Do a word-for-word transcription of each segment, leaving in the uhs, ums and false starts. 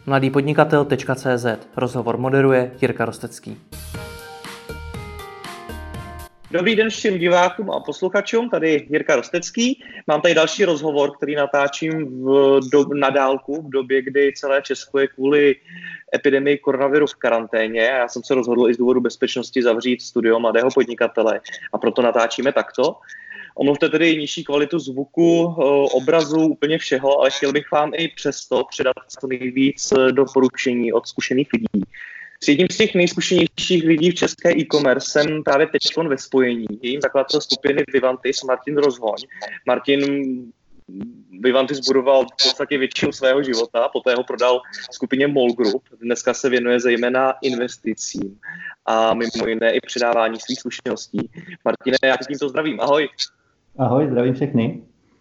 mladýpodnikatel tečka cé zet. Rozhovor moderuje Jirka Rostecký. Dobrý den všem divákům a posluchačům, tady Jirka Rostecký. Mám tady další rozhovor, který natáčím v do, na dálku v době, kdy celé Česko je kvůli epidemii koronaviru v karanténě. Já jsem se rozhodl i z důvodu bezpečnosti zavřít studio mladého podnikatele a proto natáčíme takto. Omluvte tedy nižší kvalitu zvuku, obrazu, úplně všeho, ale chtěl bych vám i přesto předat co nejvíc doporučení od zkušených lidí. S jedním z těch nejzkušenějších lidí v české e-commerce jsem právě teď ve spojení. Jejím zakladatel skupiny Vivantis, Martin Rozhoň. Martin Vivantis budoval v podstatě většinu svého života, poté ho prodal skupině MOL Group. Dneska se věnuje zejména investicím a mimo jiné i předávání svých zkušeností. Martine, já tě tímto zdravím. Ahoj. Ahoj, zdravím všechny.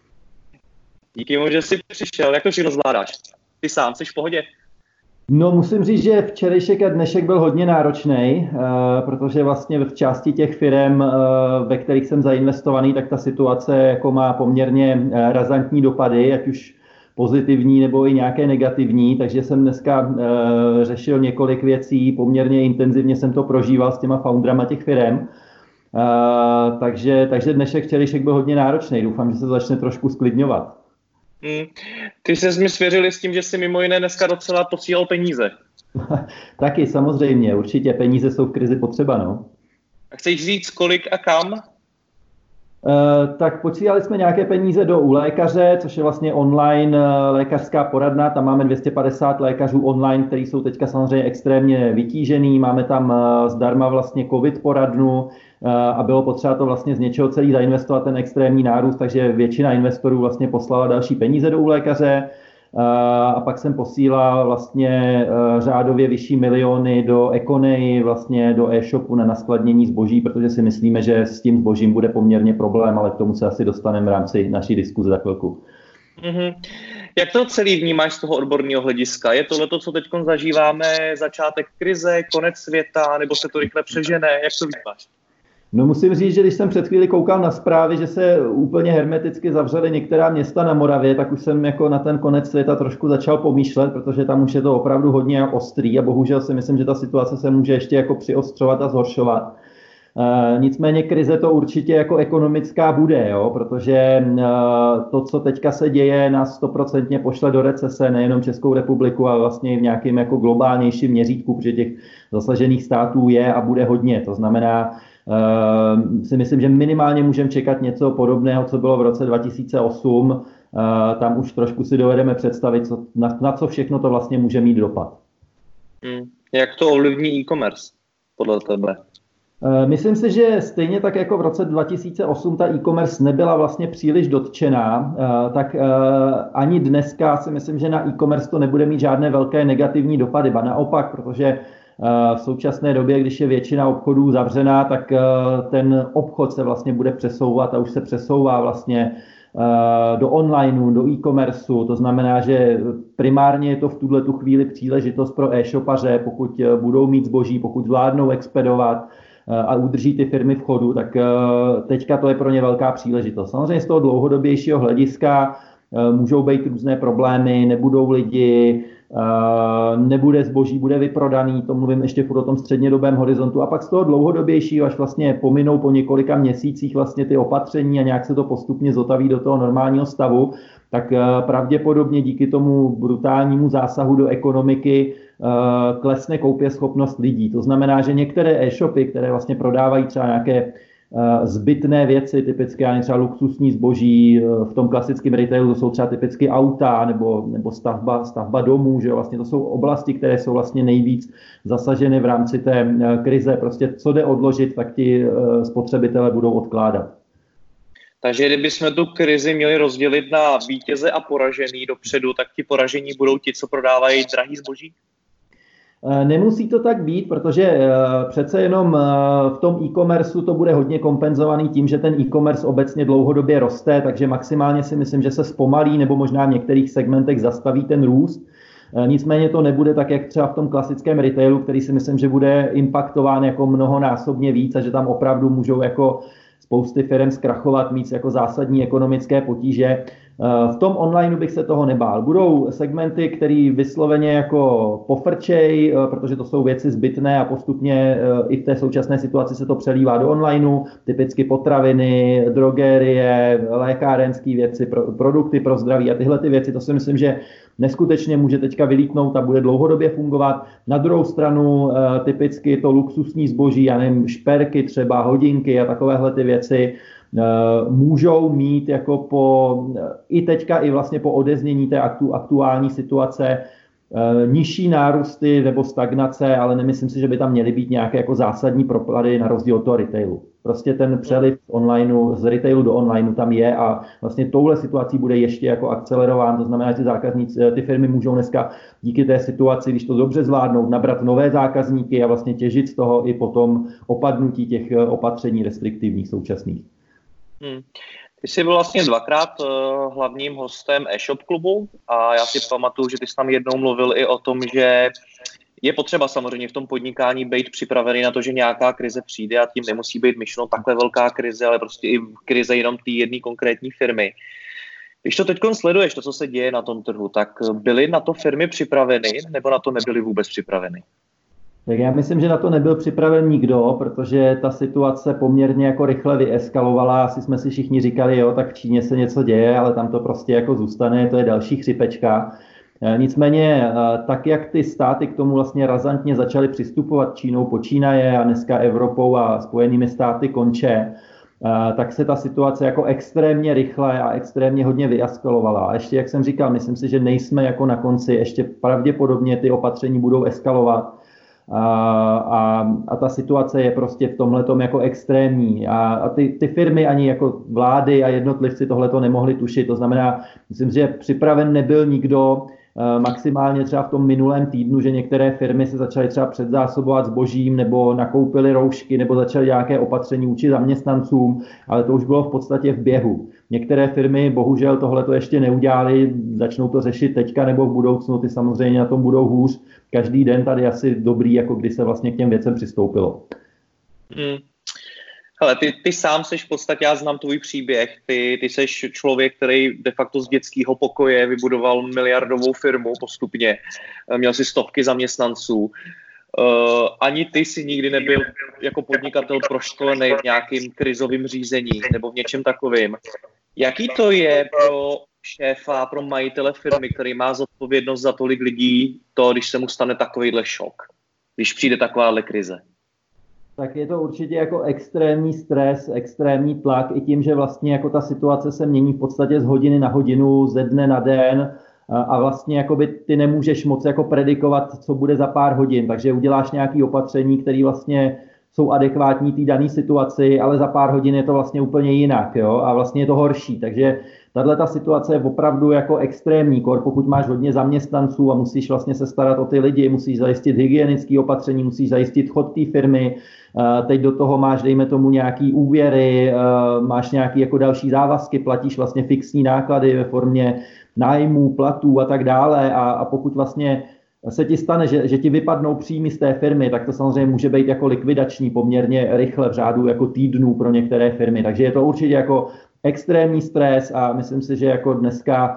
Díky moc, že jsi přišel. Jak to všechno zvládáš? Ty sám, jsi v pohodě? No, musím říct, že včerejšek a dnešek byl hodně náročný, uh, protože vlastně v části těch firem, uh, ve kterých jsem zainvestovaný, tak ta situace jako má poměrně uh, razantní dopady, ať už pozitivní nebo i nějaké negativní, takže jsem dneska uh, řešil několik věcí, poměrně intenzivně jsem to prožíval s těma foundrama těch firem, uh, takže, takže dnešek, včerejšek byl hodně náročný, doufám, že se začne trošku sklidňovat. Hmm. Ty ses mi svěřili s tím, že jsi mimo jiné dneska docela posílal peníze. Taky, samozřejmě, určitě peníze jsou v krizi potřeba, no. A chceš říct kolik a kam? Uh, tak posílali jsme nějaké peníze do u lékaře, což je vlastně online uh, lékařská poradna. Tam máme dvě stě padesát lékařů online, kteří jsou teďka samozřejmě extrémně vytížený. Máme tam uh, zdarma vlastně covid poradnu uh, a bylo potřeba to vlastně z něčeho celý zainvestovat, ten extrémní nárůst, takže většina investorů vlastně poslala další peníze do u lékaře. Uh, a pak jsem posílal vlastně uh, řádově vyšší miliony do Econej, vlastně do e-shopu na naskladnění zboží, protože si myslíme, že s tím zbožím bude poměrně problém, ale k tomu se asi dostaneme v rámci naší diskuze za chvilku. Mm-hmm. Jak to celý vnímáš z toho odborného hlediska? Je tohle to, co teď zažíváme, začátek krize, konec světa, nebo se to rychle přežene? Jak to vnímáš? No, musím říct, že když jsem před chvíli koukal na zprávy, že se úplně hermeticky zavřely některá města na Moravě, tak už jsem jako na ten konec světa trošku začal pomýšlet, protože tam už je to opravdu hodně ostrý a bohužel si myslím, že ta situace se může ještě jako přiostřovat a zhoršovat. E, nicméně krize to určitě jako ekonomická bude, jo, protože e, to, co teďka se děje, nás stoprocentně pošle do recese, nejenom Českou republiku, ale vlastně i v nějakém jako globálnějším měřítku, protože těch zasažených států je a bude hodně. To znamená, Uh, si myslím, že minimálně můžeme čekat něco podobného, co bylo v roce dva tisíce osm. Uh, tam už trošku si dovedeme představit, co, na, na co všechno to vlastně může mít dopad. Hmm. Jak to ovlivní e-commerce podle tebe? Uh, myslím si, že stejně tak jako v roce dva tisíce osm ta e-commerce nebyla vlastně příliš dotčená, uh, tak uh, ani dneska si myslím, že na e-commerce to nebude mít žádné velké negativní dopady, ba naopak, protože v současné době, když je většina obchodů zavřená, tak ten obchod se vlastně bude přesouvat a už se přesouvá vlastně do onlineu, do e-commerceu. To znamená, že primárně je to v tuhle tu chvíli příležitost pro e-shopaře, pokud budou mít zboží, pokud zvládnou expedovat a udrží ty firmy v chodu, tak teďka to je pro ně velká příležitost. Samozřejmě z toho dlouhodobějšího hlediska můžou být různé problémy, nebudou lidi, nebude zboží, bude vyprodaný, to mluvím ještě furt o tom střednědobém horizontu, a pak z toho dlouhodobějšího, až vlastně pominou po několika měsících vlastně ty opatření a nějak se to postupně zotaví do toho normálního stavu, tak pravděpodobně díky tomu brutálnímu zásahu do ekonomiky klesne koupěschopnost lidí. To znamená, že některé e-shopy, které vlastně prodávají třeba nějaké zbytné věci, typicky třeba luxusní zboží, v tom klasickém retailu to jsou třeba typicky auta nebo, nebo stavba, stavba domů, že jo? Vlastně to jsou oblasti, které jsou vlastně nejvíc zasaženy v rámci té krize. Prostě co jde odložit, tak ti spotřebitelé budou odkládat. Takže kdybychom tu krizi měli rozdělit na vítěze a poražený dopředu, tak ti poražení budou ti, co prodávají drahý zboží? Nemusí to tak být, protože přece jenom v tom e-commerceu to bude hodně kompenzovaný tím, že ten e-commerce obecně dlouhodobě roste, takže maximálně si myslím, že se zpomalí nebo možná v některých segmentech zastaví ten růst. Nicméně to nebude tak, jak třeba v tom klasickém retailu, který si myslím, že bude impaktován jako mnohonásobně víc a že tam opravdu můžou jako spousty firm zkrachovat, mít jako zásadní ekonomické potíže. V tom onlineu bych se toho nebál. Budou segmenty, které vysloveně jako pofrčej, protože to jsou věci zbytné a postupně i v té současné situaci se to přelívá do onlineu, typicky potraviny, drogérie, lékárenské věci, produkty pro zdraví a tyhle ty věci. To si myslím, že neskutečně může teďka vylítnout a bude dlouhodobě fungovat. Na druhou stranu typicky to luxusní zboží, já nevím, šperky třeba, hodinky a takovéhle ty věci, můžou mít jako po, i teďka i vlastně po odeznění té aktu, aktuální situace nižší nárůsty nebo stagnace, ale nemyslím si, že by tam měly být nějaké jako zásadní propady na rozdíl od toho retailu. Prostě ten přeliv onlineu, z retailu do onlineu tam je a vlastně touhle situací bude ještě jako akcelerován. To znamená, že ty zákazníci, ty firmy můžou dneska díky té situaci, když to dobře zvládnou, nabrat nové zákazníky a vlastně těžit z toho i potom opadnutí těch opatření restriktivních současných. Hmm. Ty jsi byl vlastně dvakrát uh, hlavním hostem e-shop klubu a já si pamatuju, že ty jsi tam jednou mluvil i o tom, že je potřeba samozřejmě v tom podnikání být připravený na to, že nějaká krize přijde a tím nemusí být myšleno takhle velká krize, ale prostě i krize jenom té jedné konkrétní firmy. Když to teď sleduješ, to, co se děje na tom trhu, tak byly na to firmy připraveny nebo na to nebyly vůbec připraveny? Tak já myslím, že na to nebyl připraven nikdo, protože ta situace poměrně jako rychle vyeskalovala. Asi jsme si všichni říkali, jo, tak v Číně se něco děje, ale tam to prostě jako zůstane, to je další chřipečka. Nicméně, tak jak ty státy k tomu vlastně razantně začaly přistupovat, Čínou počínaje a dneska Evropou a Spojenými státy konče, tak se ta situace jako extrémně rychle a extrémně hodně vyeskalovala. A ještě, jak jsem říkal, myslím si, že nejsme jako na konci, ještě pravděpodobně ty opatření budou eskalovat. A, a, a ta situace je prostě v tomhletom jako extrémní a, a ty, ty firmy ani jako vlády a jednotlivci tohleto nemohli tušit, to znamená, myslím, že připraven nebyl nikdo, maximálně třeba v tom minulém týdnu, že některé firmy se začaly třeba předzásobovat zbožím nebo nakoupily roušky nebo začaly nějaké opatření vůči zaměstnancům, ale to už bylo v podstatě v běhu. Některé firmy bohužel tohleto ještě neudělali, začnou to řešit teďka nebo v budoucnu, ty samozřejmě na tom budou hůř. Každý den tady asi dobrý, jako kdy se vlastně k těm věcem přistoupilo. Hmm. Hele, ty, ty sám seš v podstatě, já znám tvůj příběh, ty, ty seš člověk, který de facto z dětského pokoje vybudoval miliardovou firmu postupně, měl si stovky zaměstnanců. Uh, ani ty si nikdy nebyl jako podnikatel proškolený v nějakým krizovým řízení nebo v něčem takovým. Jaký to je pro šéfa, pro majitele firmy, který má zodpovědnost za tolik lidí, to, když se mu stane takovýhle šok, když přijde takováhle krize? Tak je to určitě jako extrémní stres, extrémní tlak i tím, že vlastně jako ta situace se mění v podstatě z hodiny na hodinu, ze dne na den a vlastně jakoby ty nemůžeš moc jako predikovat, co bude za pár hodin, takže uděláš nějaké opatření, které vlastně jsou adekvátní té dané situaci, ale za pár hodin je to vlastně úplně jinak, jo, a vlastně je to horší, takže tahle ta situace je opravdu jako extrémní, kor, pokud máš hodně zaměstnanců a musíš vlastně se starat o ty lidi, musíš zajistit hygienické opatření, musíš zajistit chod té firmy, teď do toho máš, dejme tomu, nějaký úvěry, máš nějaký jako další závazky, platíš vlastně fixní náklady ve formě nájmů, platů a tak dále a, a pokud vlastně se ti stane, že, že ti vypadnou příjmy z té firmy, tak to samozřejmě může být jako likvidační poměrně rychle v řádu jako týdnů pro některé firmy, takže je to určitě jako extrémní stres a myslím si, že jako dneska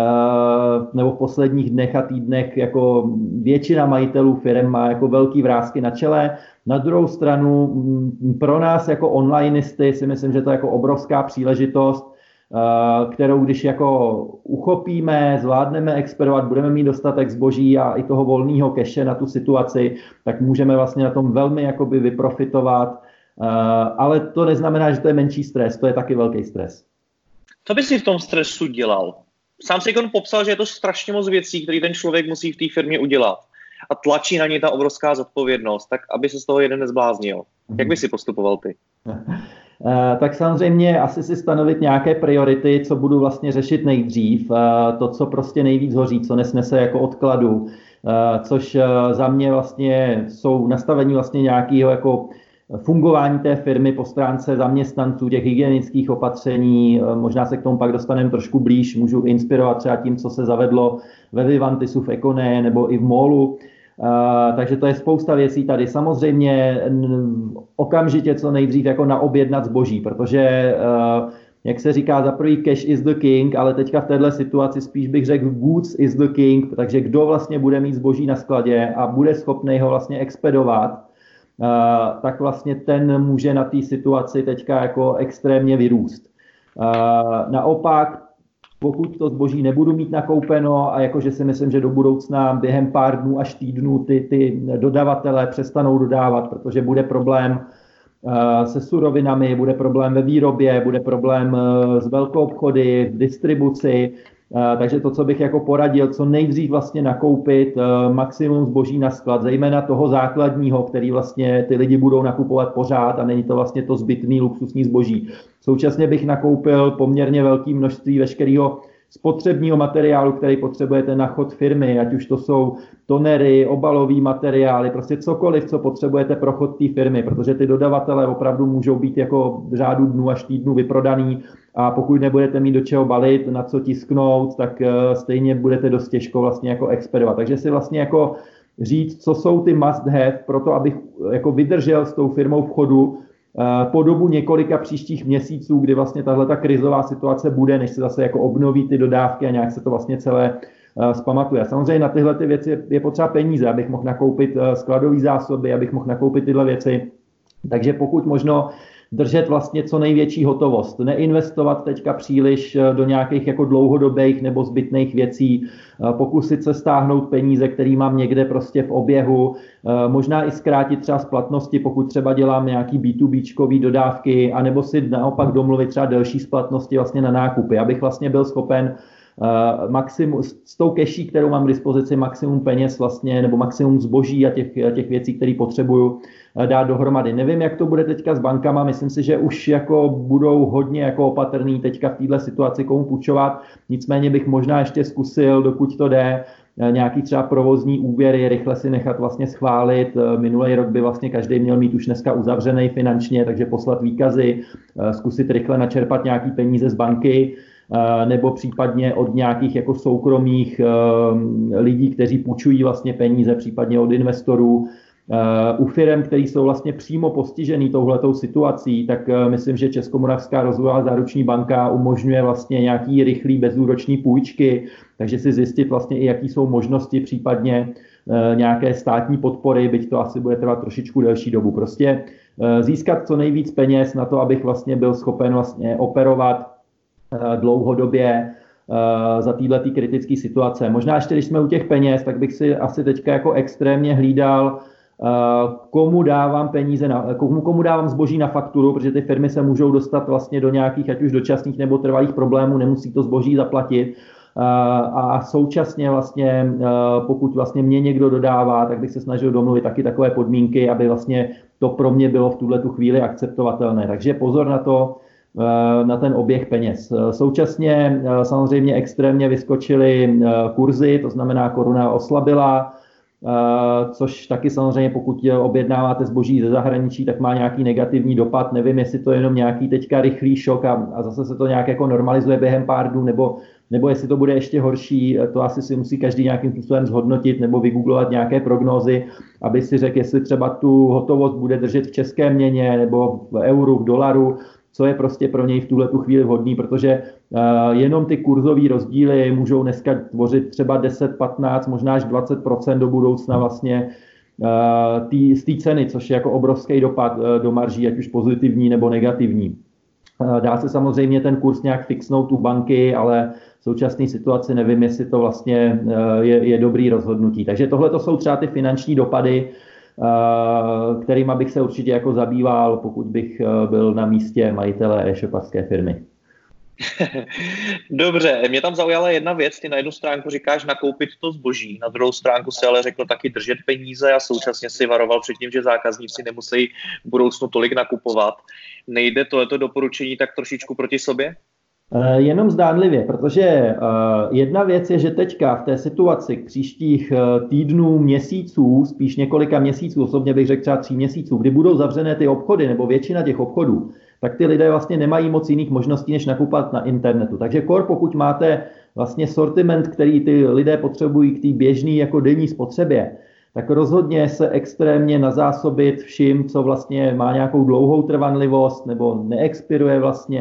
nebo v posledních dnech a týdnech jako většina majitelů firm má jako velký vrásky na čele. Na druhou stranu pro nás jako onlineisty si myslím, že to je jako obrovská příležitost, kterou když jako uchopíme, zvládneme expedovat, budeme mít dostatek zboží a i toho volného keše na tu situaci, tak můžeme vlastně na tom velmi jakoby vyprofitovat. Uh, ale to neznamená, že to je menší stres, to je taky velký stres. Co bys si v tom stresu dělal? Sám si jako popsal, že je to strašně moc věcí, které ten člověk musí v té firmě udělat a tlačí na něj ta obrovská zodpovědnost, tak aby se z toho jeden nezbláznil. Mm-hmm. Jak by si postupoval ty? Uh, tak samozřejmě asi si stanovit nějaké priority, co budu vlastně řešit nejdřív, uh, to, co prostě nejvíc hoří, co nesnese jako odkladu, uh, což uh, za mě vlastně jsou nastavení vlastně nějakého jako fungování té firmy po stránce zaměstnanců, těch hygienických opatření, možná se k tomu pak dostaneme trošku blíž, můžu inspirovat třeba tím, co se zavedlo ve Vivantisu, v Ekoné nebo i v Molu. Uh, takže to je spousta věcí tady. Samozřejmě okamžitě co nejdřív jako naobjednat zboží, protože uh, jak se říká, za prvý cash is the king, ale teďka v této situaci spíš bych řekl goods is the king, takže kdo vlastně bude mít zboží na skladě a bude schopný ho vlastně expedovat, tak vlastně ten může na té situaci teďka jako extrémně vyrůst. Naopak, pokud to zboží nebudu mít nakoupeno a jakože si myslím, že do budoucna během pár dnů až týdnů ty, ty dodavatele přestanou dodávat, protože bude problém se surovinami, bude problém ve výrobě, bude problém s velkoobchody, v distribuci. Takže to, co bych jako poradil, co nejdřív vlastně nakoupit maximum zboží na sklad, zejména toho základního, který vlastně ty lidi budou nakupovat pořád a není to vlastně to zbytný luxusní zboží. Současně bych nakoupil poměrně velké množství veškerého spotřebního materiálu, který potřebujete na chod firmy, ať už to jsou tonery, obalový materiály, prostě cokoliv, co potřebujete pro chod té firmy, protože ty dodavatele opravdu můžou být jako v řádu dnů až týdnů vyprodaný a pokud nebudete mít do čeho balit, na co tisknout, tak stejně budete dost těžko vlastně jako expedovat. Takže si vlastně jako říct, co jsou ty must have pro to, abych jako vydržel s tou firmou v chodu po dobu několika příštích měsíců, kdy vlastně tahle ta krizová situace bude, než se zase jako obnoví ty dodávky a nějak se to vlastně celé uh, zpamatuje. Samozřejmě na tyhle ty věci je potřeba peníze, abych mohl nakoupit uh, skladové zásoby, abych mohl nakoupit tyhle věci. Takže pokud možno držet vlastně co největší hotovost. Neinvestovat teďka příliš do nějakých jako dlouhodobých nebo zbytných věcí, pokusit se stáhnout peníze, které mám někde prostě v oběhu, možná i zkrátit třeba splatnosti, pokud třeba dělám nějaký bé dvě béčkový dodávky, anebo si naopak domluvit třeba delší splatnosti vlastně na nákupy, abych vlastně byl schopen Uh, maximum, s tou keší, kterou mám k dispozici, maximum peněz vlastně, nebo maximum zboží a těch, těch věcí, které potřebuju, uh, dát dohromady. Nevím, jak to bude teďka s bankama, myslím si, že už jako budou hodně jako opatrný teďka v této situaci komu půjčovat, nicméně bych možná ještě zkusil, dokud to jde, uh, nějaký třeba provozní úvěry, rychle si nechat vlastně schválit. Uh, minulý rok by vlastně každý měl mít už dneska uzavřený finančně, takže poslat výkazy, uh, zkusit rychle načerpat nějaký peníze z banky, nebo případně od nějakých jako soukromých lidí, kteří půjčují vlastně peníze, případně od investorů. U firem, který jsou vlastně přímo postižený touhletou situací, tak myslím, že Českomoravská rozvojová záruční banka umožňuje vlastně nějaký rychlý bezúroční půjčky, takže si zjistit vlastně i jaký jsou možnosti, případně nějaké státní podpory, byť to asi bude trvat trošičku delší dobu. Prostě získat co nejvíc peněz na to, abych vlastně byl schopen vlastně operovat dlouhodobě za této kritické situace. Možná ještě, když jsme u těch peněz, tak bych si asi teďka jako extrémně hlídal, komu dávám peníze, na, komu, komu dávám zboží na fakturu, protože ty firmy se můžou dostat vlastně do nějakých, ať už dočasných nebo trvalých problémů, nemusí to zboží zaplatit. A současně vlastně, pokud vlastně mě někdo dodává, tak bych se snažil domluvit taky takové podmínky, aby vlastně to pro mě bylo v tuhle tu chvíli akceptovatelné. Takže pozor na to, na ten oběh peněz. Současně samozřejmě extrémně vyskočily kurzy, to znamená koruna oslabila, což taky samozřejmě pokud objednáváte zboží ze zahraničí, tak má nějaký negativní dopad. Nevím, jestli to je jenom nějaký teďka rychlý šok a, a zase se to nějak jako normalizuje během pár dnů, nebo, nebo jestli to bude ještě horší, to asi si musí každý nějakým způsobem zhodnotit nebo vygooglovat nějaké prognózy, aby si řekl, jestli třeba tu hotovost bude držet v české měně nebo v euru, v dolaru, co je prostě pro něj v tuhle tu chvíli vhodný, protože uh, jenom ty kurzové rozdíly můžou dneska tvořit třeba deset, patnáct, možná až dvacet procent do budoucna vlastně uh, tý, z té ceny, což je jako obrovský dopad uh, do marží, ať už pozitivní nebo negativní. Uh, dá se samozřejmě ten kurz nějak fixnout u banky, ale v současné situaci nevím, jestli to vlastně uh, je, je dobrý rozhodnutí. Takže tohle to jsou třeba ty finanční dopady, kterýma bych se určitě jako zabýval, pokud bych byl na místě majitele e-shopařské firmy. Dobře, mě tam zaujala jedna věc, ty na jednu stránku říkáš nakoupit to zboží, na druhou stránku si ale řekl taky držet peníze a současně si varoval před tím, že zákazníci nemusí v budoucnu tolik nakupovat. Nejde tohleto doporučení tak trošičku proti sobě? Jenom zdánlivě, protože jedna věc je, že teďka v té situaci k příštích týdnů, měsíců, spíš několika měsíců, osobně bych řekl třeba tří měsíců, kdy budou zavřené ty obchody nebo většina těch obchodů, tak ty lidé vlastně nemají moc jiných možností, než nakupovat na internetu. Takže kor, pokud máte vlastně sortiment, který ty lidé potřebují k té běžné jako denní spotřebě, tak rozhodně se extrémně nazásobit vším, co vlastně má nějakou dlouhou trvanlivost nebo neexpiruje vlastně,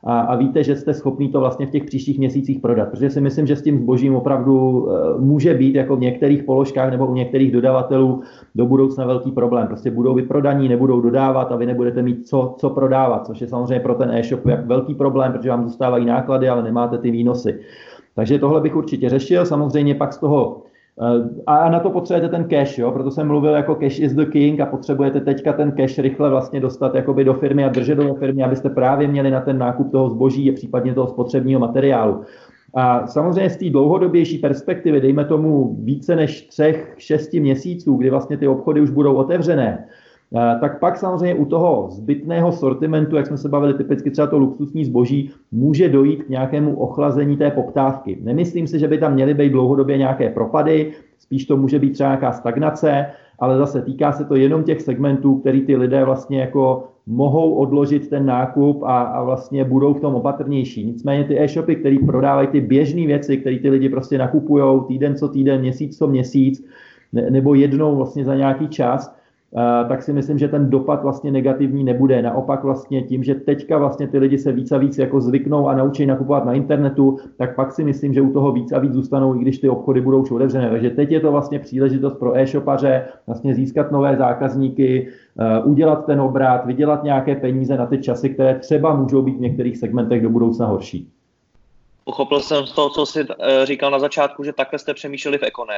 a, a víte, že jste schopní to vlastně v těch příštích měsících prodat. Protože si myslím, že s tím zbožím opravdu může být jako v některých položkách nebo u některých dodavatelů do budoucna velký problém. Prostě budou vyprodaní, nebudou dodávat a vy nebudete mít co, co prodávat, což je samozřejmě pro ten e-shop jak velký problém, protože vám zůstávají náklady, ale nemáte ty výnosy. Takže tohle bych určitě řešil. Samozřejmě pak z toho a na to potřebujete ten cash, jo? Proto jsem mluvil jako cash is the king a potřebujete teďka ten cash rychle vlastně dostat jakoby do firmy a držet do firmy, abyste právě měli na ten nákup toho zboží a případně toho spotřebního materiálu. A samozřejmě z té dlouhodobější perspektivy, dejme tomu více než třech, šesti měsíců, kdy vlastně ty obchody už budou otevřené, tak pak samozřejmě u toho zbytného sortimentu, jak jsme se bavili, typicky třeba to luxusní zboží, může dojít k nějakému ochlazení té poptávky. Nemyslím si, že by tam měly být dlouhodobě nějaké propady, spíš to může být třeba nějaká stagnace, ale zase týká se to jenom těch segmentů, který ty lidé vlastně jako mohou odložit ten nákup a, a vlastně budou v tom opatrnější. Nicméně ty e-shopy, které prodávají ty běžné věci, které ty lidi prostě nakupujou týden co týden, měsíc co měsíc, ne, nebo jednou vlastně za nějaký čas, Uh, tak si myslím, že ten dopad vlastně negativní nebude. Naopak vlastně tím, že teďka vlastně ty lidi se víc a víc jako zvyknou a naučí nakupovat na internetu, tak pak si myslím, že u toho víc a víc zůstanou, i když ty obchody budou už otevřené. Takže teď je to vlastně příležitost pro e-shopaře vlastně získat nové zákazníky, uh, udělat ten obrat, vydělat nějaké peníze na ty časy, které třeba můžou být v některých segmentech do budoucna horší. Pochopil jsem z toho, co jsi říkal na začátku, že takhle jste přemýšleli v Ekoné.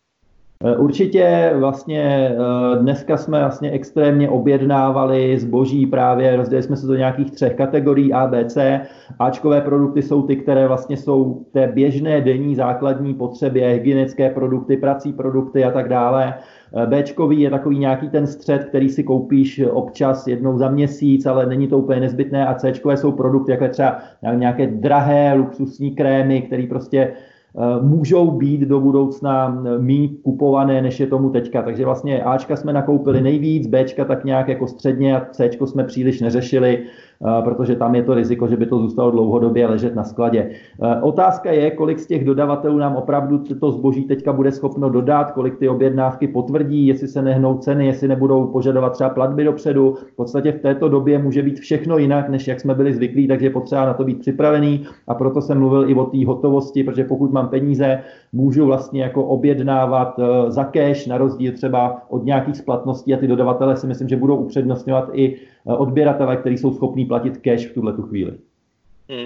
Určitě vlastně dneska jsme vlastně extrémně objednávali zboží právě, rozdělili jsme se do nějakých třech kategorií A, B, C. Ačkové produkty jsou ty, které vlastně jsou té běžné denní základní potřebě, hygienické produkty, prací produkty a tak dále. Bčkový je takový nějaký ten střed, který si koupíš občas jednou za měsíc, ale není to úplně nezbytné. A Cčkové jsou produkty, jako třeba nějaké drahé luxusní krémy, které prostě můžou být do budoucna méně kupované, než je tomu teďka. Takže vlastně Ačka jsme nakoupili nejvíc, Bčka tak nějak jako středně a Cčko jsme příliš neřešili, protože tam je to riziko, že by to zůstalo dlouhodobě ležet na skladě. Otázka je, kolik z těch dodavatelů nám opravdu to zboží teďka bude schopno dodat, kolik ty objednávky potvrdí, jestli se nehnou ceny, jestli nebudou požadovat třeba platby dopředu. V podstatě v této době může být všechno jinak, než jak jsme byli zvyklí, takže je potřeba na to být připravený a proto jsem mluvil i o té hotovosti, protože pokud mám peníze, můžu vlastně jako objednávat za cash, na rozdíl třeba od nějakých splatností a ty dodavatele si myslím, že budou upřednostňovat i odběratele, kteří jsou schopní platit cash v tuhle tu chvíli. Hmm.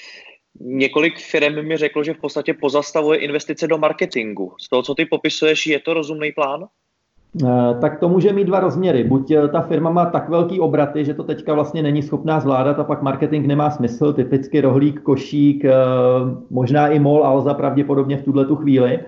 Několik firm mi řeklo, že v podstatě pozastavuje investice do marketingu. Z toho, co ty popisuješ, je to rozumný plán? Tak to může mít dva rozměry. Buď ta firma má tak velký obraty, že to teďka vlastně není schopná zvládat a pak marketing nemá smysl, typicky Rohlík, Košík, možná i MOL, Alza pravděpodobně v tuhle tu chvíli.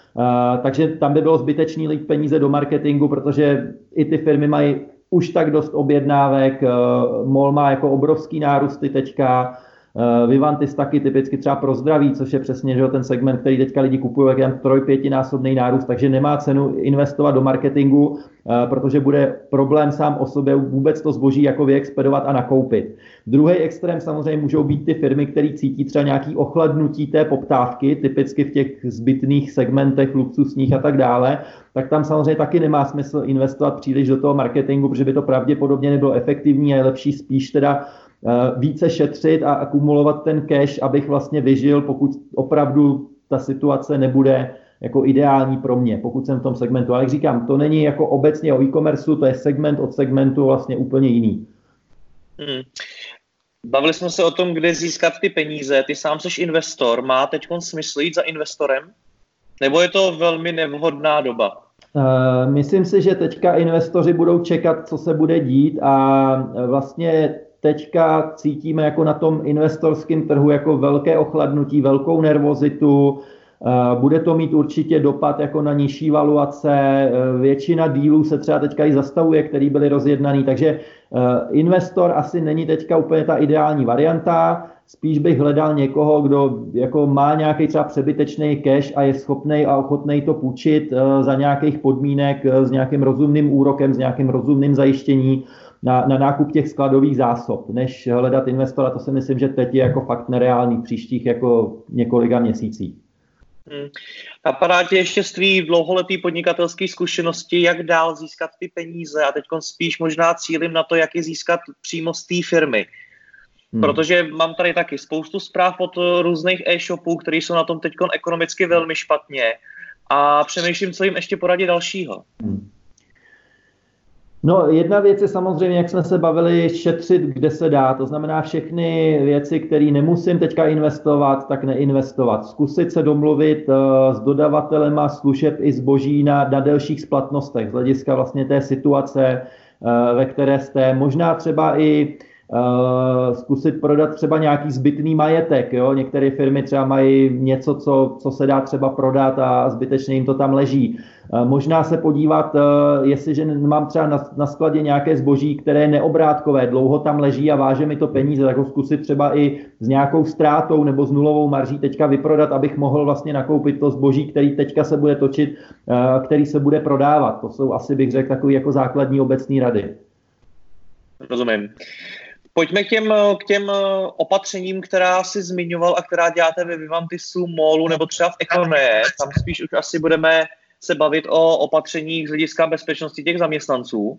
Takže tam by bylo zbytečný lít peníze do marketingu, protože i ty firmy mají už tak dost objednávek, MOL má jako obrovský nárůsty teďka, Vivantis taky typicky třeba pro zdraví, což je přesně že ten segment, který teďka lidi kupují, jak jen troj, pětinásobný nárůst, takže nemá cenu investovat do marketingu, protože bude problém sám o sobě vůbec to zboží jako vyexpedovat a nakoupit. Druhý extrém samozřejmě můžou být ty firmy, které cítí třeba nějaký ochladnutí té poptávky, typicky v těch zbytných segmentech luxusních a tak dále, tak tam samozřejmě taky nemá smysl investovat příliš do toho marketingu, protože by to pravděpodobně nebylo efektivní a je lepší spíš teda více šetřit a akumulovat ten cash, abych vlastně vyžil, pokud opravdu ta situace nebude jako ideální pro mě, pokud jsem v tom segmentu. Ale jak říkám, to není jako obecně o e-commerce, to je segment od segmentu vlastně úplně jiný. Hmm. Bavili jsme se o tom, kde získat ty peníze. Ty sám seš investor. Má teď smysl jít za investorem? Nebo je to velmi nevhodná doba? Uh, myslím si, že teďka investoři budou čekat, co se bude dít a vlastně teďka cítíme jako na tom investorském trhu jako velké ochladnutí, velkou nervozitu. Bude to mít určitě dopad jako na nižší valuace. Většina dílů se třeba teďka i zastavuje, který byly rozjednaný, takže investor asi není teďka úplně ta ideální varianta. Spíš bych hledal někoho, kdo jako má nějaký třeba přebytečný cash a je schopný a ochotný to půjčit za nějakých podmínek s nějakým rozumným úrokem, s nějakým rozumným zajištění na, na nákup těch skladových zásob, než hledat investora. To si myslím, že teď je jako fakt nereálný v příštích jako několika měsících. Hmm. Napadá tě ještě z tvý dlouholetý podnikatelské zkušenosti, jak dál získat ty peníze a teď spíš možná cílim na to, jak je získat přímo z té firmy. Hmm. Protože mám tady taky spoustu zpráv od různých e-shopů, které jsou na tom teď ekonomicky velmi špatně a přemýšlím, co jim ještě poradit dalšího. Hmm. No, jedna věc je samozřejmě, jak jsme se bavili, šetřit, kde se dá. To znamená všechny věci, které nemusím teďka investovat, tak neinvestovat. Zkusit se domluvit uh, s dodavatelema služeb i zboží na, na delších splatnostech z hlediska vlastně té situace, uh, ve které jste. Možná třeba i Uh, zkusit prodat třeba nějaký zbytný majetek. Jo? Některé firmy třeba mají něco, co, co se dá třeba prodat a zbytečně jim to tam leží. Uh, možná se podívat, uh, jestliže mám třeba na, na skladě nějaké zboží, které je neobrátkové, dlouho tam leží a váže mi to peníze, tak ho zkusit třeba i s nějakou ztrátou nebo s nulovou marží teďka vyprodat, abych mohl vlastně nakoupit to zboží, který teďka se bude točit, uh, který se bude prodávat. To jsou asi, bych řekl, takové jako základní obecné rady. Rozumím. Pojďme k těm, k těm opatřením, která jsi zmiňoval a která děláte ve Vivantisu, Molu nebo třeba v Econé. Tam spíš už asi budeme se bavit o opatřeních z hlediska bezpečnosti těch zaměstnanců.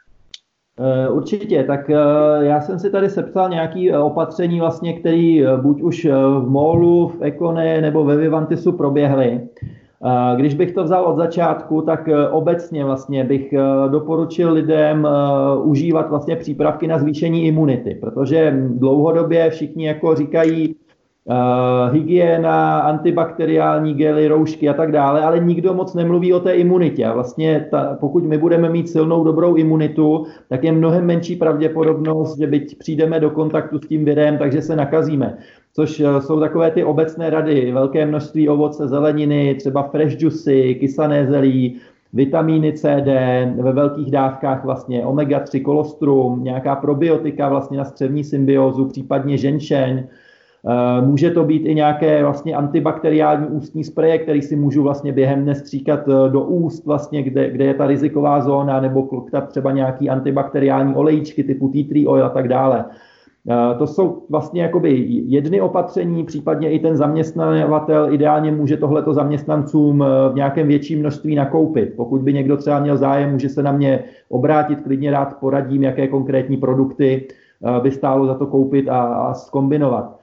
Určitě, tak já jsem si tady sepsal nějaké opatření, vlastně, které buď už v Molu, v Econé nebo ve Vivantisu proběhly. Když bych to vzal od začátku, tak obecně vlastně bych doporučil lidem užívat vlastně přípravky na zvýšení imunity, protože dlouhodobě všichni jako říkají uh, hygiena, antibakteriální gely, roušky a tak dále, ale nikdo moc nemluví o té imunitě. A vlastně ta, pokud my budeme mít silnou dobrou imunitu, tak je mnohem menší pravděpodobnost, že byť přijdeme do kontaktu s tím virem, takže se nakazíme. Což jsou takové ty obecné rady, velké množství ovoce, zeleniny, třeba fresh juicy, kysané zelí, vitamíny C, D, ve velkých dávkách vlastně omega tři, kolostrum, nějaká probiotika vlastně na střevní symbiózu, případně ženšeň. Může to být i nějaké vlastně antibakteriální ústní spreje, který si můžu vlastně během dne stříkat do úst, vlastně, kde, kde je ta riziková zóna, nebo kloktat třeba nějaký antibakteriální olejčky typu tea tree oil a tak dále. To jsou vlastně jakoby jedny opatření, případně i ten zaměstnavatel ideálně může tohleto zaměstnancům v nějakém větším množství nakoupit. Pokud by někdo třeba měl zájem, může se na mě obrátit, klidně rád poradím, jaké konkrétní produkty by stálo za to koupit a, a zkombinovat.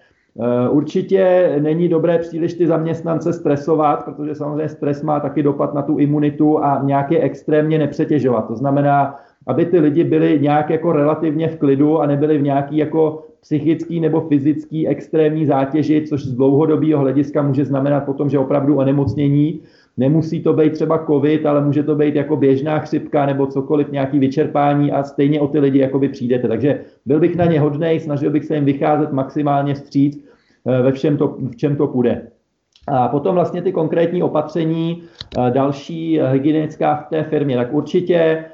Určitě není dobré příliš ty zaměstnance stresovat, protože samozřejmě stres má taky dopad na tu imunitu a nějaké extrémně nepřetěžovat. To znamená, aby ty lidi byli nějak jako relativně v klidu a nebyli v nějaký jako psychický nebo fyzický extrémní zátěži, což z dlouhodobého hlediska může znamenat potom, že opravdu onemocnění. Nemusí to být třeba covid, ale může to být jako běžná chřipka nebo cokoliv, nějaký vyčerpání a stejně o ty lidi jakoby přijdete. Takže byl bych na ně hodnej, snažil bych se jim vycházet maximálně vstříc ve všem to, v čem to půjde. A potom vlastně ty konkrétní opatření, další hygienická v té firmě, tak určitě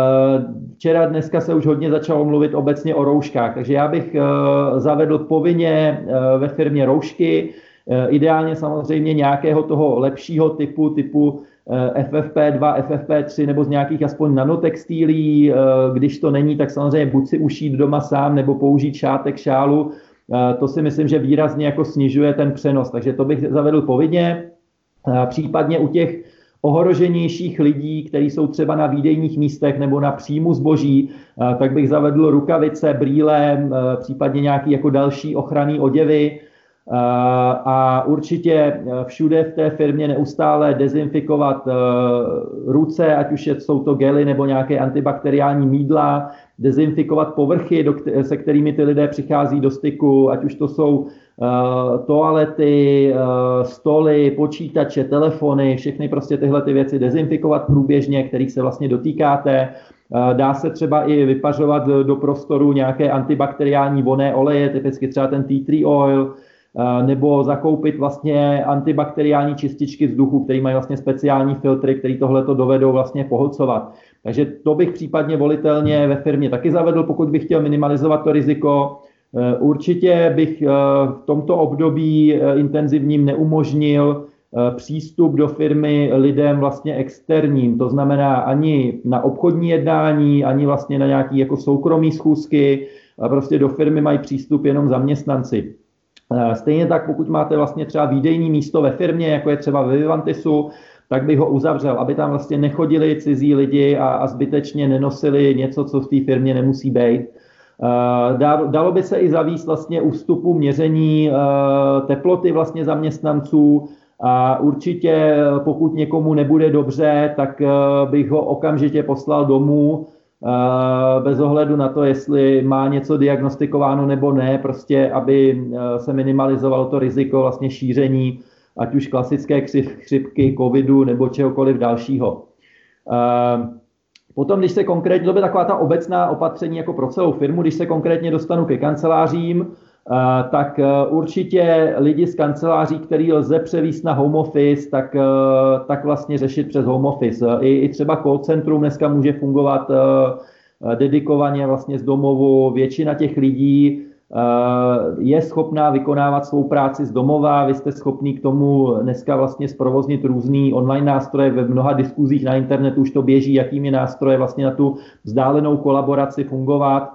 včera, dneska se už hodně začalo mluvit obecně o rouškách, takže já bych zavedl povinně ve firmě roušky, ideálně samozřejmě nějakého toho lepšího typu, typu F F P dva, F F P tři nebo z nějakých aspoň nanotextilí, když to není, tak samozřejmě buď si ušít doma sám nebo použít šátek, šálu, to si myslím, že výrazně jako snižuje ten přenos, takže to bych zavedl povinně, případně u těch ohroženějších lidí, kteří jsou třeba na výdejních místech nebo na příjmu zboží, tak bych zavedl rukavice, brýle, případně nějaký jako další ochranný oděvy a určitě všude v té firmě neustále dezinfikovat ruce, ať už jsou to gely nebo nějaké antibakteriální mýdla, dezinfikovat povrchy, se kterými ty lidé přichází do styku, ať už to jsou Uh, toalety, uh, stoly, počítače, telefony, všechny prostě tyhle ty věci dezinfikovat průběžně, kterých se vlastně dotýkáte. Uh, dá se třeba i vypařovat do prostoru nějaké antibakteriální vonné oleje, typicky třeba ten tea tree oil, uh, nebo zakoupit vlastně antibakteriální čističky vzduchu, které mají vlastně speciální filtry, které tohleto dovedou vlastně pohlcovat. Takže to bych případně volitelně ve firmě taky zavedl, pokud bych chtěl minimalizovat to riziko. Určitě bych v tomto období intenzivním neumožnil přístup do firmy lidem vlastně externím, to znamená ani na obchodní jednání, ani vlastně na nějaké jako soukromé schůzky, prostě do firmy mají přístup jenom zaměstnanci. Stejně tak, pokud máte vlastně třeba výdejní místo ve firmě, jako je třeba ve Vivantisu, tak bych ho uzavřel, aby tam vlastně nechodili cizí lidi a, a zbytečně nenosili něco, co v té firmě nemusí být. Dalo by se i zavést vlastně u vstupu měření teploty vlastně zaměstnanců. A určitě, pokud někomu nebude dobře, tak bych ho okamžitě poslal domů, bez ohledu na to, jestli má něco diagnostikováno nebo ne, prostě aby se minimalizovalo to riziko vlastně šíření, ať už klasické chřipky, covidu nebo čehokoliv dalšího. Potom, když se konkrétně, to by taková ta obecná opatření jako pro celou firmu, když se konkrétně dostanu ke kancelářím, tak určitě lidi z kanceláří, který lze převést na home office, tak, tak vlastně řešit přes home office. I, i třeba call centrum dneska může fungovat dedikovaně vlastně z domovu. Většina těch lidí je schopná vykonávat svou práci z domova. Vy jste schopný k tomu dneska vlastně zprovoznit různý online nástroje. Ve mnoha diskuzích na internetu už to běží, jakými nástroje vlastně na tu vzdálenou kolaboraci fungovat.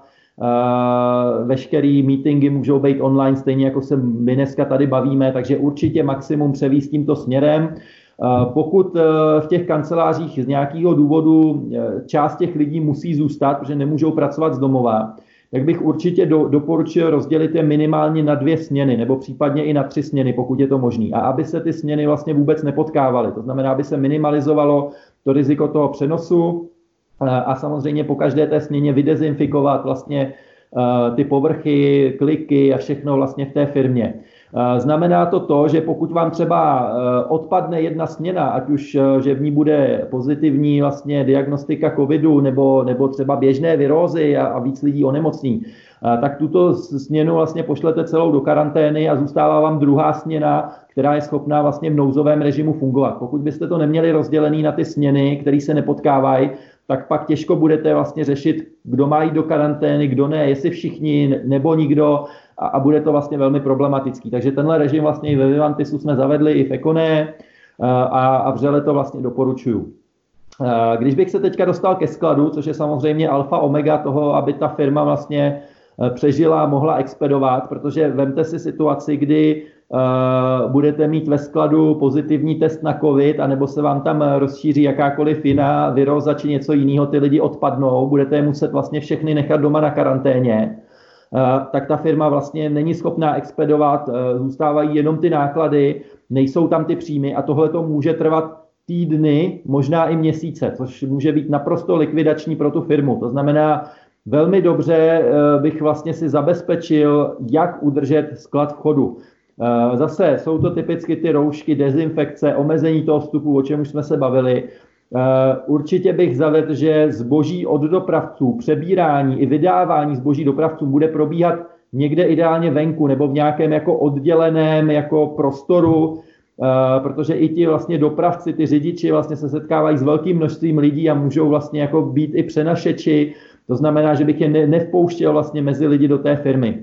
Veškerý meetingy můžou být online, stejně jako se my dneska tady bavíme, takže určitě maximum převíst tímto směrem. Pokud v těch kancelářích z nějakého důvodu část těch lidí musí zůstat, protože nemůžou pracovat z domova, tak bych určitě do, doporučil rozdělit je minimálně na dvě směny, nebo případně i na tři směny, pokud je to možné. A aby se ty směny vlastně vůbec nepotkávaly. To znamená, aby se minimalizovalo to riziko toho přenosu a samozřejmě po každé té směně vydezinfikovat vlastně ty povrchy, kliky a všechno vlastně v té firmě. Znamená to to, že pokud vám třeba odpadne jedna směna, ať už, že v ní bude pozitivní vlastně diagnostika covidu nebo, nebo třeba běžné virózy a, a víc lidí onemocní, tak tuto směnu vlastně pošlete celou do karantény a zůstává vám druhá směna, která je schopná vlastně v nouzovém režimu fungovat. Pokud byste to neměli rozdělený na ty směny, které se nepotkávají, tak pak těžko budete vlastně řešit, kdo má jít do karantény, kdo ne, jestli všichni nebo nikdo a, a bude to vlastně velmi problematický. Takže tenhle režim vlastně i ve Vivantisu jsme zavedli i v Ekoné a, a vřele to vlastně doporučuju. Když bych se teďka dostal ke skladu, což je samozřejmě alfa omega toho, aby ta firma vlastně přežila a mohla expedovat, protože vemte si situaci, kdy Uh, budete mít ve skladu pozitivní test na covid, anebo se vám tam rozšíří jakákoliv jiná viróza či něco jiného, ty lidi odpadnou, budete je muset vlastně všechny nechat doma na karanténě, uh, tak ta firma vlastně není schopná expedovat, uh, zůstávají jenom ty náklady, nejsou tam ty příjmy a tohle to může trvat týdny, možná i měsíce, což může být naprosto likvidační pro tu firmu. To znamená, velmi dobře uh, bych vlastně si zabezpečil, jak udržet sklad v chodu. Zase jsou to typicky ty roušky, dezinfekce, omezení toho vstupu, o čem už jsme se bavili. Určitě bych zavedl, že zboží od dopravců, přebírání i vydávání zboží dopravcům bude probíhat někde ideálně venku nebo v nějakém jako odděleném jako prostoru, protože i ti vlastně dopravci, ty řidiči vlastně se setkávají s velkým množstvím lidí a můžou vlastně jako být i přenašeči. To znamená, že bych je nevpouštěl vlastně mezi lidi do té firmy.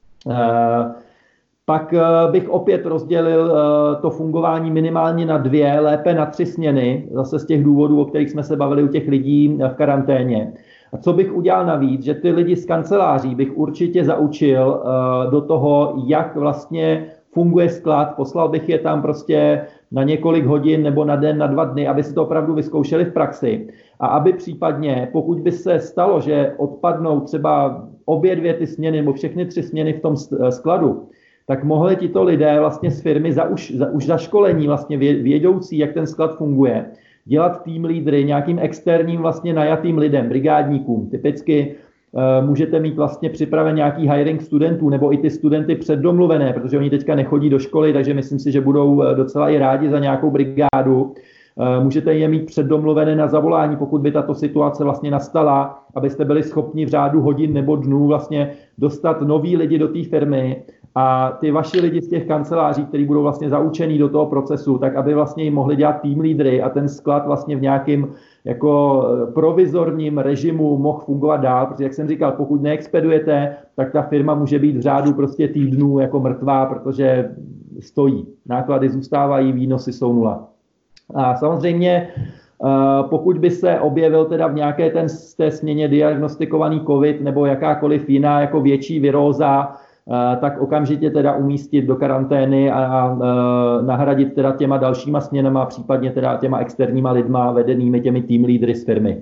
Pak bych opět rozdělil to fungování minimálně na dvě, lépe na tři směny, zase z těch důvodů, o kterých jsme se bavili u těch lidí v karanténě. A co bych udělal navíc, že ty lidi z kanceláří bych určitě zaučil do toho, jak vlastně funguje sklad, poslal bych je tam prostě na několik hodin nebo na den, na dva dny, aby si to opravdu vyzkoušeli v praxi. A aby případně, pokud by se stalo, že odpadnou třeba obě dvě ty směny nebo všechny tři směny v tom skladu, tak mohli tito lidé vlastně z firmy za už, za, už zaškolení vlastně vědoucí, jak ten sklad funguje, dělat tým lídry nějakým externím vlastně najatým lidem, brigádníkům. Typicky uh, můžete mít vlastně připraven nějaký hiring studentů nebo i ty studenty předdomluvené, protože oni teďka nechodí do školy, takže myslím si, že budou docela i rádi za nějakou brigádu. Uh, můžete je mít předdomluvené na zavolání, pokud by tato situace vlastně nastala, abyste byli schopni v řádu hodin nebo dnů vlastně dostat nový lidi do té firmy. A ty vaši lidi z těch kanceláří, kteří budou vlastně zaučený do toho procesu, tak aby vlastně jim mohli dělat tým lídry a ten sklad vlastně v nějakém jako provizorním režimu mohl fungovat dál, protože jak jsem říkal, pokud neexpedujete, tak ta firma může být v řádu prostě týdnů jako mrtvá, protože stojí. Náklady zůstávají, výnosy jsou nula. A samozřejmě pokud by se objevil teda v nějaké ten, té směně diagnostikovaný covid nebo jakákoliv jiná jako větší viróza, tak okamžitě teda umístit do karantény a nahradit teda těma dalšíma směnama, případně teda těma externíma lidma vedenými těmi team lídry z firmy.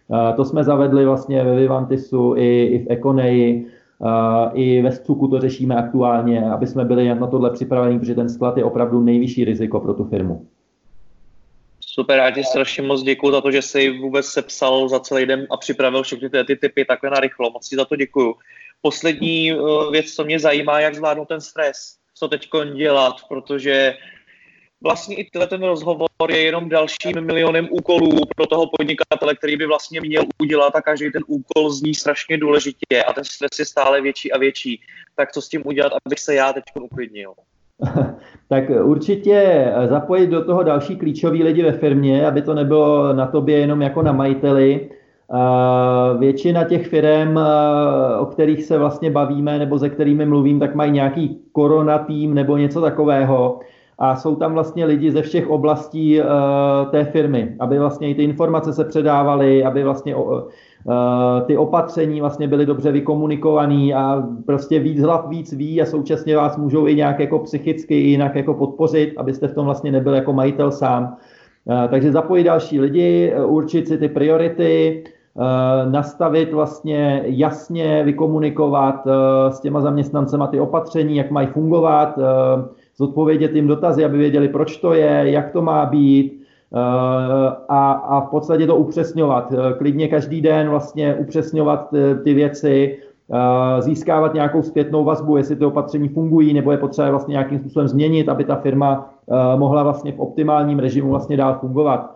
To jsme zavedli vlastně ve Vivantisu i, i v Econeji, i ve Scuku to řešíme aktuálně, aby jsme byli na tohle připraveni, protože ten sklad je opravdu nejvyšší riziko pro tu firmu. Super, já ti strašně moc děkuju za to, že jsi vůbec sepsal za celý den a připravil všechny ty, ty typy takhle narychlo. Moc ti za to děkuju. Poslední věc, co mě zajímá, jak zvládnout ten stres, co teď dělat, protože vlastně i ten rozhovor je jenom dalším milionem úkolů pro toho podnikatele, který by vlastně měl udělat a každý ten úkol zní strašně důležitě a ten stres je stále větší a větší. Tak co s tím udělat, abych se já teď uklidnil? Tak určitě zapojit do toho další klíčový lidi ve firmě, aby to nebylo na tobě jenom jako na majiteli. Většina těch firm, o kterých se vlastně bavíme nebo se kterými mluvím, tak mají nějaký korona tým nebo něco takového. A jsou tam vlastně lidi ze všech oblastí uh, té firmy, aby vlastně i ty informace se předávaly, aby vlastně uh, ty opatření vlastně byly dobře vykomunikovaný a prostě víc hlav víc ví a současně vás můžou i nějak jako psychicky jinak jako podpořit, abyste v tom vlastně nebyl jako majitel sám. Uh, takže zapojit další lidi, určit si ty priority, uh, nastavit vlastně jasně, vykomunikovat uh, s těma zaměstnancema ty opatření, jak mají fungovat, uh, zodpovědět jim dotazy, aby věděli, proč to je, jak to má být a, a v podstatě to upřesňovat. Klidně každý den vlastně upřesňovat ty věci, získávat nějakou zpětnou vazbu, jestli ty opatření fungují, nebo je potřeba vlastně nějakým způsobem změnit, aby ta firma mohla vlastně v optimálním režimu vlastně dál fungovat.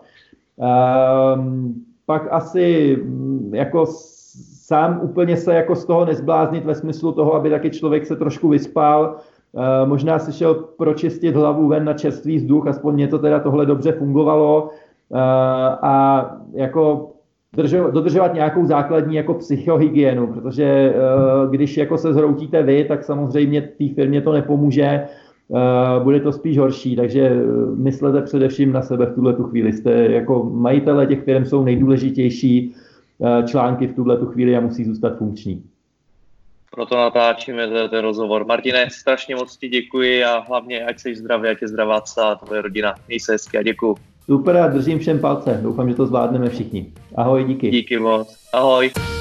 Pak asi jako sám úplně se jako z toho nezbláznit ve smyslu toho, aby taky člověk se trošku vyspal, Uh, možná si šel pročistit hlavu ven na čerstvý vzduch, aspoň mě to teda tohle dobře fungovalo uh, a jako držo, dodržovat nějakou základní jako psychohygienu, protože uh, když jako se zhroutíte vy, tak samozřejmě té firmě to nepomůže, uh, bude to spíš horší, takže myslete především na sebe v tuhle tu chvíli. Jste jako majitele těch firm jsou nejdůležitější uh, články v tuhle tu chvíli a musí zůstat funkční. Proto natáčíme ten rozhovor. Martine, strašně moc ti děkuji a hlavně ať jsi zdravý, ať je zdravá celá tvoje rodina. Měj se hezky a děkuju. Super a držím všem palce. Doufám, že to zvládneme všichni. Ahoj, díky. Díky moc. Ahoj.